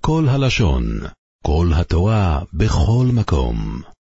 כל הלשון, כל התורה, בכל מקום.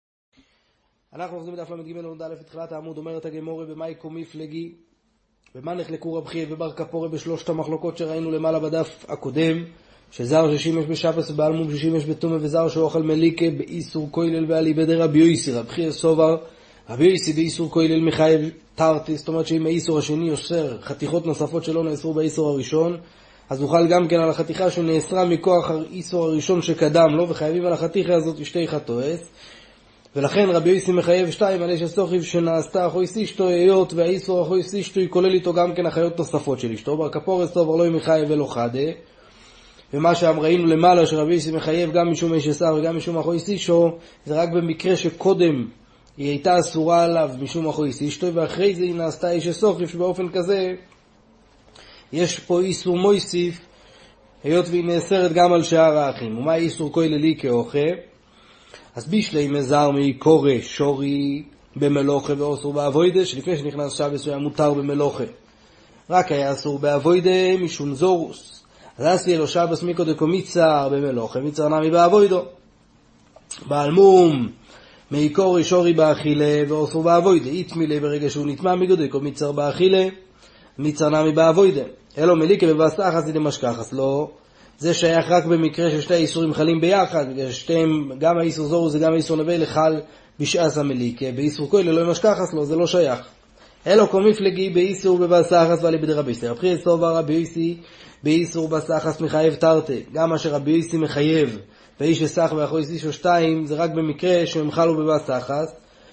אנחנו עובדים בדף למד ג' עמוד א' בתחילת העמוד. אומרת הגמורה במאי קומיפלגי, במה נחלקו רב חייא ובר כפורי בשלושת המחלוקות שראינו למעלה בדף הקודם, שזר ששימש בשבס ובעלמום ששימש בתומה, וזר שאוכל מליקה באיסור כולל ועלי בדי רבי יויסי. רב חייא סובר רבי יויסי באיסור כולל מחייב תרתי, זאת אומרת שאם האיסור השני יוסר חתיכות נוספות שלא נאסרו באיסור הראשון, אז נוכל גם כן על החתיכה שנאסרה מכוח האיסור הראשון שקדם לו, וחייבים על החתיכה הזאת שתי חתועס. ולכן רבי יויסי מחייב 2 על אשת סוכיב שנעשתה אחויס אשתו, היות והאיסור אחויס אשתו כולל איתו גם כן החיות נוספות של אשתו. בר כפורי סובר לא מחייב ולא חדה, ומה ראינו למעלה שרבי יויסי מחייב גם משום אשת שר וגם משום אחויס אשתו, זה רק במקרה שקודם היא הייתה אסורה עליו משום אחויס אשתו, ואחרי זה היא נעשתה אשת סוכיב, שבאופן כזה יש פה איסור מויסיף, היות והיא נאסרת גם על שאר האחים. ומה איסור כוללי כאוכל? אז בישלי מזר מקורא שורי במלוכה ואוסור באבוידה, שלפני שנכנס שבס הוא היה מותר במלוכה, רק היה אסור באבוידה משום זורוס. אז עשי אלו שבס מיקו דקו מיצר במלוכה, מיצר נמי באבוידו. בעלמום מקורא שורי באכילה ואוסור באבוידה, יתמילה ברגע שהוא נטמע מיקו דקו מיצר באכילה, מיצר נמי באבוידה. אלו מליקה בבסחס היא דמשכחס, לא. זה שייך רק במקרה ששתי האיסורים חלים ביחד, בגלל ששתיהם, גם האיסור זורוס וגם האיסור נבל חל בשעס המליקה. באיסור כולל לא משכחס לו, זה לא שייך. אלו קומיפלגי באיסור בבסחס ועלי בדי רבי יוסי. רב חייא סובר רבי יוסי באיסור בסחס מחייב תרתי. גם מה שרבי יוסי מחייב ואיש אסח ואחויס איש או 2 זה רק במקרה שהם חלו בבסחס.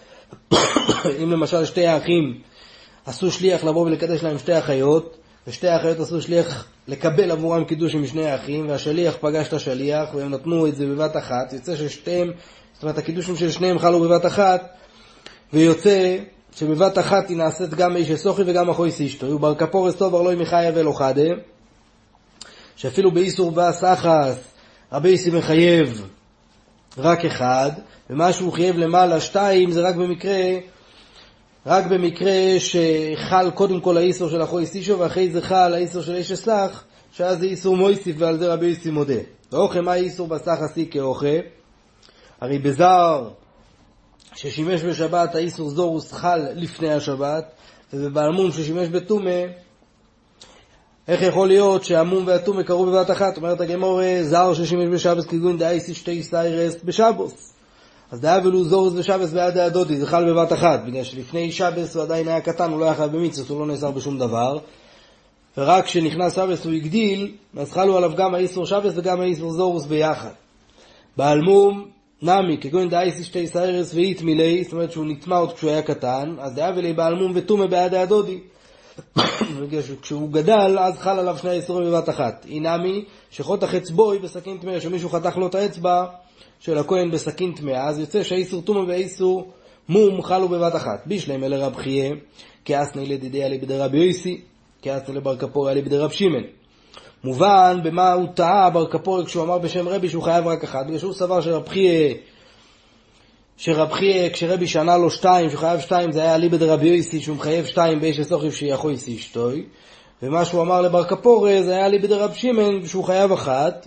אם למשל שתי האחים עשו שליח לבוא ולקדש להם שתי אחיות, ושתי האחיות עשו שליח לקבל עבורם קידוש עם שני האחים, והשליח פגש את השליח והם נתנו את זה בבת אחת, יוצא ששתיהם, זאת אומרת הקידושים של שניהם חלו בבת אחת, ויוצא שבבת אחת היא נעשית גם איש סוכי וגם אחויס אשתו. ובר כפורי סובר לא מחייב ולא חדה, שאפילו באיסור בסחס רבי יוסי מחייב רק 1, ומה שהוא חייב למעלה 2 זה רק במקרה שחל קודם כל האיסור של אחויס אשתו, ואחרי זה חל האיסור של איש אסח, שאז זה איסור מויסיף, ועל זה רבי יוסי מודה. ואוכל, מה איסור בסחס היא כאוכל? הרי בזר ששימש בשבת האיסור זורוס חל לפני השבת, ובבעלמום ששימש בתומה, איך יכול להיות שהמום והתומה קרו בבת אחת? אומרת הגמורה, זר ששימש בשבת כגון דאיסי שתי סיירס בשבוס, אז דאבלו זורוס ושבס בעד הדודי, זה חל בבת אחת, בגלל שלפני שבס הוא עדיין היה קטן, הוא לא היה חייב במצוות, הוא לא נאסר בשום דבר, ורק כשנכנס שבס הוא הגדיל, אז חלו עליו גם האיסור שבס וגם האיסור זורוס ביחד. בעלמום נמי כגון דאיסי שתי סיירס ואית מילי, זאת אומרת שהוא נטמע עוד כשהוא היה קטן, אז דאבלי בעלמום ותומה בעד הדודי, כשהוא גדל אז חל עליו שני האיסורים בבת אחת. אינמי שחותך אצבוי בסכין טמא, שמישהו חתך לו את האצבע של הכהן בסכין טמאה, אז יוצא שהאיסור תומה והאיסור מום חלו בבת אחת. בישלם אלה רב חייא כאסני לדידי עלי בדי רבי יוסי, כאסני לבר כפורי עלי בדי רב שמעון. מובן במה הוא טעה בר כפורי כשהוא אמר בשם רבי שהוא חייב רק 1, בגלל שהוא סבר שרב חייא כשרבי שנה לו 2 שהוא חייב 2, זה היה עלי בדי רבי יוסי שהוא מחייב 2 באיש הסוכיב שיחויס אשתוי, ומה שהוא אמר לבר כפורי זה היה עלי בדי רב שמעון שהוא חייב 1,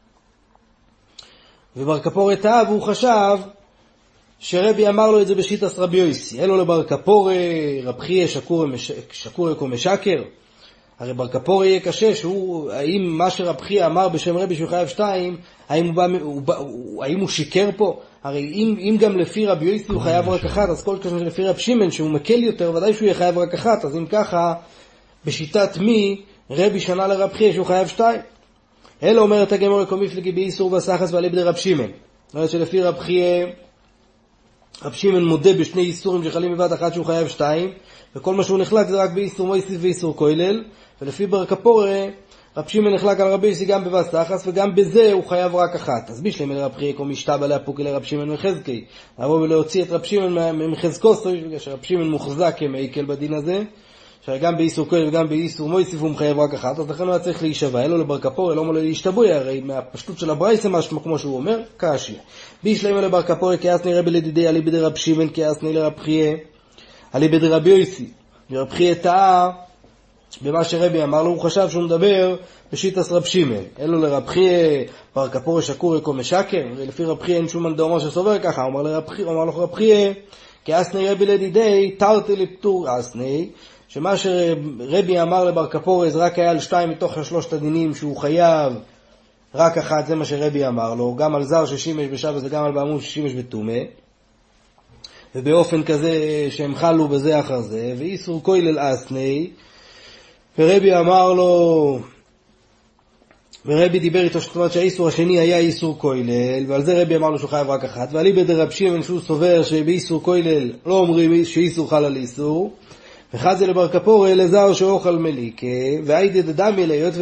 ובר כפורי טעה והוא חשב שרבי אמר לו את זה בשיטת רבי יוסי. אלו לבר כפורי רב חייא שקור יקום משקר. הרי בר כפורי יהיה קשה האם מה שרב חייא אמר בשם רבי שהוא חייב 2, האם הוא שיקר פה? הרי אם גם לפי רבי יוסי הוא חייב רק 1, אז כל כשם לפי רב שמעון שהוא מקל יותר, ודאי שהוא יהיה חייב רק 1, אז אם ככה בשיטת מי רבי שנה לרב חייא שהוא חייב 2? אלא אומרת הגמורה קומיפלגי באיסור בסחס ועלי בדי רב שמעון. זאת אומרת שלפי רב חייא רב שמעון מודה בשני איסורים שחלים בבת אחת שהוא חייב 2, וכל מה שהוא נחלק זה רק באיסור מויסיף ואיסור כולל, ולפי בר כפורי רב שמעון נחלק על רבי יוסי גם בבסחס וגם בזה הוא חייב רק 1. אז בישלם אל רב חייא כמו משתבא להפוק אל רב שמעון מחזקי, לבוא ולהוציא את רב שמעון מחזקוסו, בגלל שרב שמעון מוחזק כמעיקל בדין הזה, שגם באיסור כולל וגם באיסור מויסיף הוא מחייב רק 1, אז לכן הוא היה צריך להישבע. אלו לבר כפורי לא אומר להשתבוי, הרי מהפשטות של הברייתא משמע כמו שהוא אומר קשיא. בישלם אל רב כפורי כאסני רבי לדידי עלי בדי רב שמעון כאסני לרב חייא עלי בדי רבי יוסי. רב חייא טעה במה שרבי אמר לו, הוא חשב שהוא מדבר בשיטס רב שמעון. אלו לרב חייא בר כפורי שקורי כה משקר, ולפי רב חייא אין שום מנדאומו שסובר ככה. הוא אמר לו רב חייא, כי אסני רבי לדידי, תרתי לפטור אסני, שמה שרבי אמר לבר כפורי זה רק היה על 2 מתוך 3 הדינים שהוא חייב רק אחת, זה מה שרבי אמר לו, גם על זר ששימש בשבת וגם על בעמום ששימש בתומה, ובאופן כזה שהם חלו בזה אחר זה, ואיסור כולל אסני, ורבי אמר לו, ורבי דיבר איתו זאת אומרת שהאיסור השני היה איסור כולל, ועל זה רבי אמר לו שהוא חייב רק אחת, ועלי בדרב שמעון שהוא סובר שבאיסור כולל לא אומרים שאיסור חל על איסור, אחד זה לבר כפורי לזר שאוכל מליקה, והיידי דדמי להיות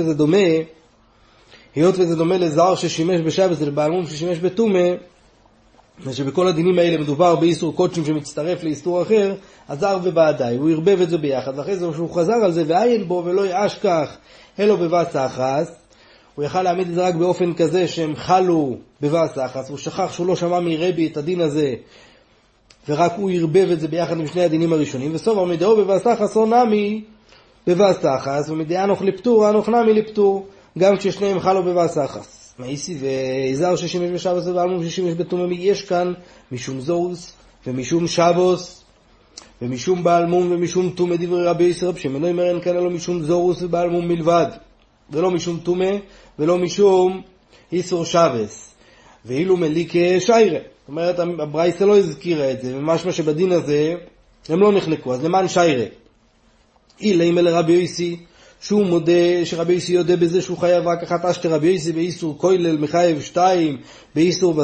וזה דומה לזר ששימש בשבת ולבעלמום ששימש בתומה, ושבכל הדינים האלה מדובר באיסור קודשים שמצטרף לאיסור אחר, הזר ובעדי, הוא הרבב את זה ביחד, ואחרי זה שהוא חזר על זה ועיין בו ולא יעש כך אלו בבס אחס, הוא יכל להעמיד את זה רק באופן כזה שהם חלו בבס אחס, הוא שכח שהוא לא שמע מרבי את הדין הזה, ורק הוא הרבב את זה ביחד עם שני הדינים הראשונים, וסובר מדעו בבס אחס או נמי בבס אחס, ומדעה אנוך לפטור, אנוך נמי לפטור, גם כששניהם חלו בבס אחס. מאיסי וזר ששימש בשבוס ובעלמום ששימש בתומה, יש כאן משום זורוס ומשום שבוס ומשום בעלמום ומשום תומה, דברי רבי יוסי רב שמעון אומר אין כאן אלא משום זורוס ובעלמום מלבד, ולא משום תומה ולא משום איסור שבס, ואילו מליקה שיירה. זאת אומרת הברייתא לא הזכירה את זה, ומשמע שבדין הזה הם לא נחלקו, אז למען שיירה אילה אם אלה רבי יוסי שהוא מודה, שרבי יוסי יודע בזה שהוא חייב רק אחת, אשתי רבי יוסי באיסור כולל מחייב 2, באיסור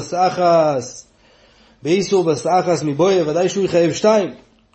בס אחס מבויה, ודאי שהוא יחייב 2,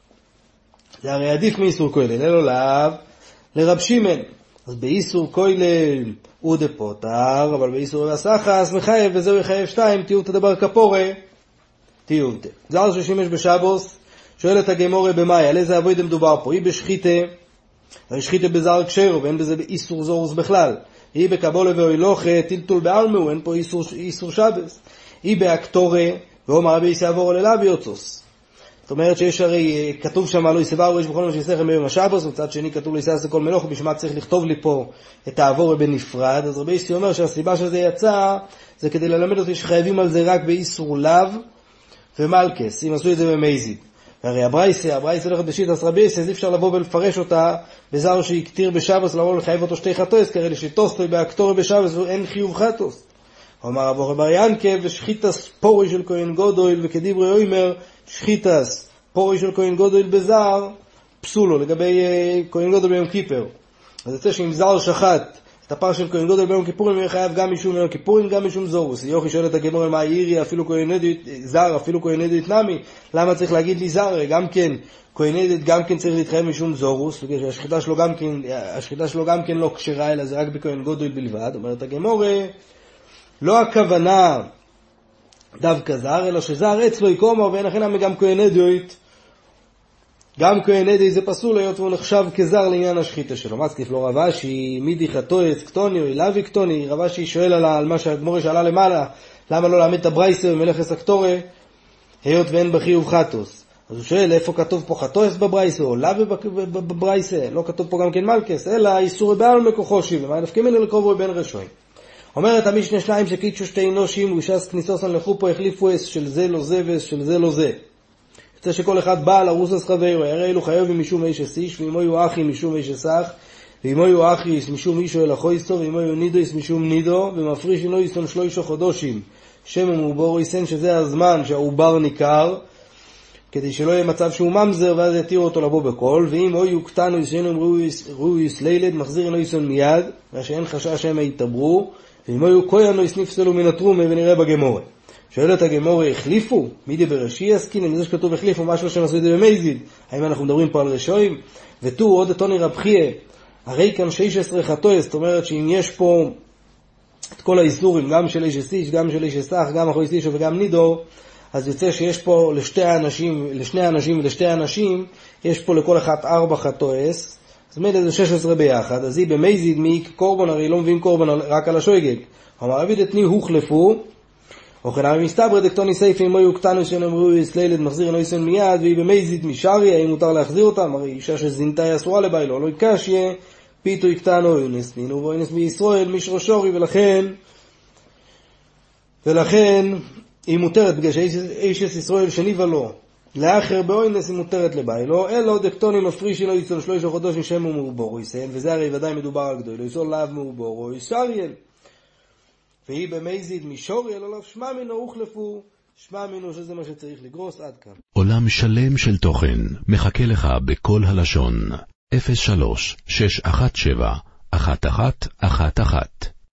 זה הרי עדיף מאיסור כולל, אלא לאו לרב שמעון. אז באיסור כולל הוא דפוטר, אבל באיסור בס אחס מחייב, וזהו יחייב 2, תיאור תדבר כפורה, תיאור תה. זר ששימש בשבוס, שואל את הגמורה במאי, על איזה אבוידה מדובר פה? היא בשחיתה, השחיתה בזר קשרו, ואין בזה איסור זורוס בכלל. היא בקבולה ואוילוכה, טלטול בעלמו, אין פה איסור שבס. היא באקטורה, ואומר רבי יוסי עבור אליו יוצוס. זאת אומרת שיש הרי, כתוב שם לא יסברו, יש בכל מה שיסכם ביום השבוס, מצד שני כתוב ליסס לכל מלוך, בשמה צריך לכתוב לי פה את העבור בנפרד. אז רבי יוסי אומר שהסיבה שזה יצא, זה כדי ללמד אותי שחייבים על זה רק באיסור לאו ומלכס, אם עשו את זה במייזיד. הרי הברייסה הולכת בשיטת רבי יוסי, אז אי אפשר לבוא ולפרש אותה בזר שיקטיר בשבוס, לבוא לחייב אותו 2 חטוס, כי הרי לשיטוסטוי באקטורי בשבוס אין חיוב חטוס. אמר אבו בר ינקה, ושחיטס פורי של כהן גודל, וכדברי אוימר, שחיטס פורי של כהן גודל בזר, פסולו, לגבי כהן גודל ביום כיפר. אז יצא שאם זר שחט את הפר של כהן גודל ביום כיפורים, הוא חייב גם משום יום כיפורים, גם משום זורוס. יוכי שואל את הגמרא, מה העירי, אפילו כהן נדית, זר, אפילו כהן נדית נמי, למה צריך להגיד לי זר? גם כן, כהן נדית גם כן צריך להתחייב משום זורוס, בגלל שהשחיטה שלו גם כן לא כשרה, אלא זה רק בכהן גודל בלבד. אומרת הגמרא, לא הכוונה דווקא זר, אלא שזר אצלו יקומר, ואין הכנה גם כהן נדית, גם כהן נדית זה פסול להיות והוא נחשב כזר לעניין השחיטה שלו. מסקיף לא רבשי, מידי חטואץ קטוני או אילאבי קטוני, רבשי שואל על מה שהגמורה שאלה למעלה, למה לא להעמיד את הברייסה ומלאכס הקטורה, היות ואין בחיוב חטוס. אז הוא שואל איפה כתוב פה חטואץ בברייסה או לאבי בברייסה, לא כתוב פה גם כן מלכס, אלא איסור בעל מקוחושי, ומה נפקים אלה לקרובו בין רשועים. אומרת המשנה 2 שקידשו 2 נושים ושס כניסוסן לחו פה החליפו של זה לא זה ושל זה לא זה. יוצא שכל אחד בא לרוסס חברו, הרי אלו חייבים משום איש אסיש, ואמו יהיו אחי משום איש אסך, ואמו יהיו אחי משום אישו אל החויסטו, ואמו יהיו נידויס משום נידו, ומפריש אינו יסון 3 חודשים, שמן מעובור יסן, שזה הזמן שהעובר ניכר, כדי שלא יהיה מצב שהוא ממזר, ואז יתירו אותו לבוא בכל, ואם או יהיו קטנו יסיינו ראויס לילד, מחזיר אינו יסון מיד, ושאין חשש שהם יתברו, ואם היו כהנו יסניפסלו מן התרומה, ונראה בגמורה. שואלת הגמורה, החליפו? מידי בראשי עסקין, אם זה שכתוב החליפו, משהו שהם עשו את זה במייזיד. האם אנחנו מדברים פה על רשועים? ותו עוד תוני רב חייא, הרי כאן 16 חטוס, זאת אומרת שאם יש פה את כל האיסורים, גם של איש אסיש, גם של איש אסך, גם אחוי סישו וגם נידו, אז יוצא שיש פה לשני אנשים ולשתי אנשים, יש פה לכל אחת 4 חטוס, זאת אומרת זה 16 ביחד, אז היא במייזיד מי קורבן, הרי לא מביאים קורבן רק על השוגג. אמר אביד את ני הוחלפו, וכן מסתבר דקטוני סייפים מו יוקטנו שנאמרו יסלילד מחזיר אינו יסון מיד, והיא במייזיד משארי, האם מותר להחזיר אותם? הרי אישה שזינתה אסורה לבעילו, לא יקשיה, פיתו יקטן או אינס נינו, ואינס מישראל משרושורי, ולכן היא מותרת, בגלל שאישס ישראל שניבה לו, לאחר באוינס היא מותרת לבית, לא, אלא דקטוני מפרישי לו יצול 3 חודשים שם ומעובורו יסן, וזה הרי ודאי מדובר על גדול, לא יסול לאו מעובורו יסריאל, והיא במזיד מישורי, אלא לאו שמע מינו הוחלפו, שמע מינו שזה מה שצריך לגרוס עד כאן. עולם שלם של תוכן מחכה לך בכל הלשון 03-617-1111